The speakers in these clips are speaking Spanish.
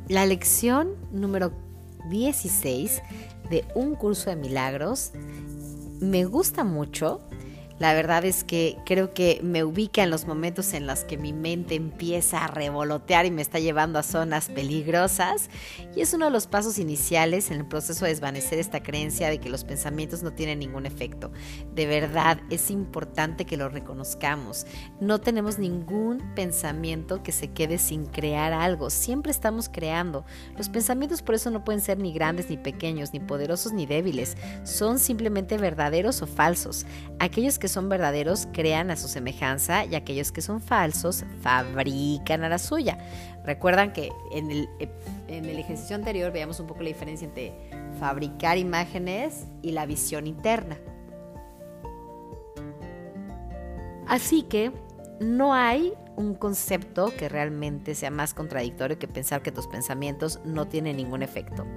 La lección número 16 de Un Curso de Milagros me gusta mucho. La verdad es que creo que me ubica en los momentos en los que mi mente empieza a revolotear y me está llevando a zonas peligrosas, y es uno de los pasos iniciales en el proceso de desvanecer esta creencia de que los pensamientos no tienen ningún efecto. De verdad es importante que lo reconozcamos. No tenemos ningún pensamiento que se quede sin crear algo. Siempre estamos creando. Los pensamientos por eso no pueden ser ni grandes ni pequeños, ni poderosos ni débiles. Son simplemente verdaderos o falsos. Aquellos que son verdaderos crean a su semejanza y aquellos que son falsos fabrican a la suya. Recuerdan que en el ejercicio anterior veíamos un poco la diferencia entre fabricar imágenes y la visión interna. Así que no hay un concepto que realmente sea más contradictorio que pensar que tus pensamientos no tienen ningún efecto.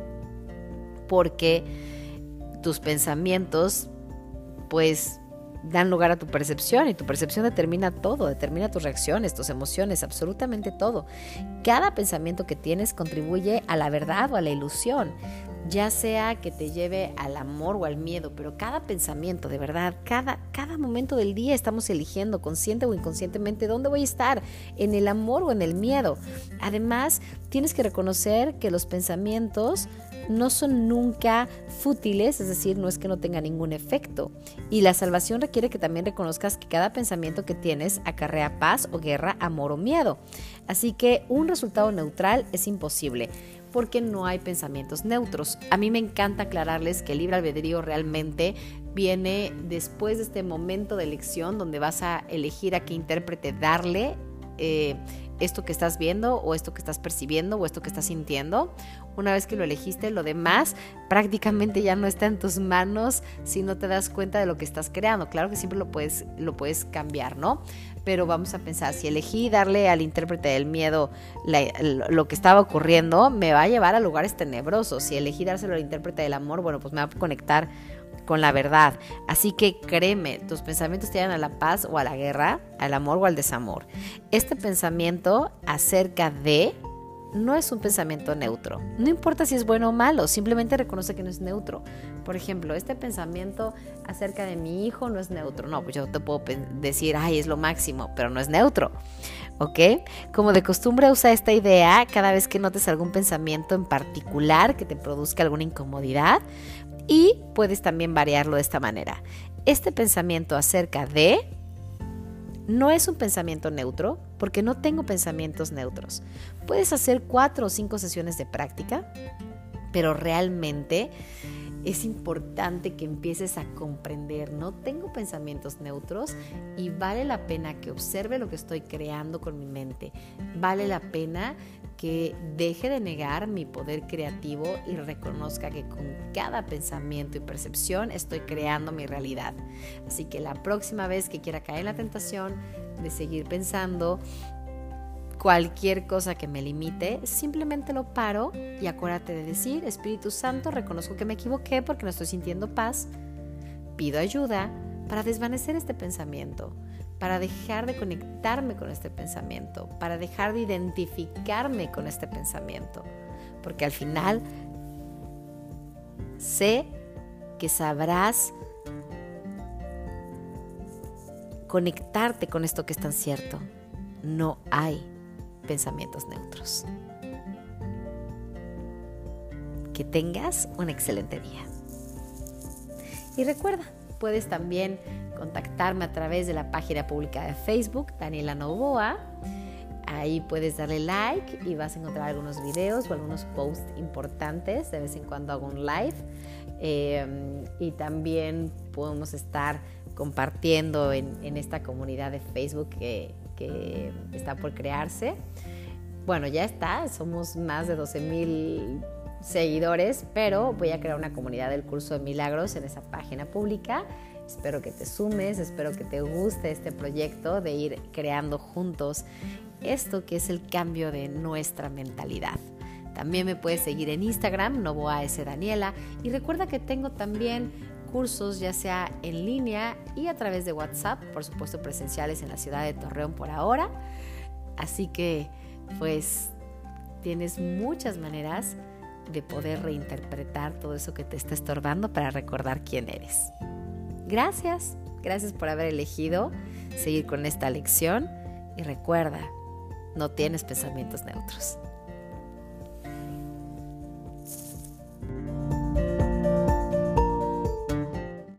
Porque tus pensamientos, pues, dan lugar a tu percepción, y tu percepción determina todo, determina tus reacciones, tus emociones, absolutamente todo. Cada pensamiento que tienes contribuye a la verdad o a la ilusión, ya sea que te lleve al amor o al miedo, pero cada pensamiento, de verdad, cada momento del día estamos eligiendo, consciente o inconscientemente, dónde voy a estar, en el amor o en el miedo. Además, tienes que reconocer que los pensamientos no son nunca fútiles, es decir, no es que no tenga ningún efecto. Y la salvación requiere que también reconozcas que cada pensamiento que tienes acarrea paz o guerra, amor o miedo. Así que un resultado neutral es imposible, porque no hay pensamientos neutros. A mí me encanta aclararles que el libre albedrío realmente viene después de este momento de elección donde vas a elegir a qué intérprete darle esto que estás viendo o esto que estás percibiendo o esto que estás sintiendo. Una vez que lo elegiste, lo demás prácticamente ya no está en tus manos si no te das cuenta de lo que estás creando. Claro que siempre lo puedes cambiar, ¿no? Pero vamos a pensar, si elegí darle al intérprete del miedo lo que estaba ocurriendo, me va a llevar a lugares tenebrosos. Si elegí dárselo al intérprete del amor, bueno, pues me va a conectar con la verdad. Así que créeme, tus pensamientos te llevan a la paz o a la guerra, al amor o al desamor. Este pensamiento acerca de no es un pensamiento neutro. No importa si es bueno o malo, simplemente reconoce que no es neutro. Por ejemplo, este pensamiento acerca de mi hijo no es neutro. No, pues yo te puedo decir, ay, es lo máximo, pero no es neutro. ¿Ok? Como de costumbre, usa esta idea cada vez que notes algún pensamiento en particular que te produzca alguna incomodidad, y puedes también variarlo de esta manera. Este pensamiento acerca de no es un pensamiento neutro, porque no tengo pensamientos neutros. Puedes hacer 4 o 5 sesiones de práctica, pero realmente es importante que empieces a comprender, no tengo pensamientos neutros, y vale la pena que observe lo que estoy creando con mi mente. Vale la pena que deje de negar mi poder creativo y reconozca que con cada pensamiento y percepción estoy creando mi realidad. Así que la próxima vez que quiera caer en la tentación de seguir pensando cualquier cosa que me limite, simplemente lo paro y acuérdate de decir: Espíritu Santo, reconozco que me equivoqué porque no estoy sintiendo paz. Pido ayuda para desvanecer este pensamiento, para dejar de conectarme con este pensamiento, para dejar de identificarme con este pensamiento. Porque al final sé que sabrás conectarte con esto que es tan cierto. No hay pensamientos neutros. Que tengas un excelente día. Y recuerda, puedes también contactarme a través de la página pública de Facebook, Daniela Novoa. Ahí puedes darle like y vas a encontrar algunos videos o algunos posts importantes. De vez en cuando hago un live. Y también podemos estar compartiendo en esta comunidad de Facebook que está por crearse. Bueno, ya está, somos más de 12,000 seguidores, pero voy a crear una comunidad del Curso de Milagros en esa página pública. Espero que te sumes, espero que te guste este proyecto de ir creando juntos esto que es el cambio de nuestra mentalidad. También me puedes seguir en Instagram, Novoa S. Daniela, y recuerda que tengo también cursos ya sea en línea y a través de WhatsApp, por supuesto presenciales en la ciudad de Torreón por ahora. Así que pues tienes muchas maneras de poder reinterpretar todo eso que te está estorbando para recordar quién eres. Gracias por haber elegido seguir con esta lección y recuerda, no tienes pensamientos neutros.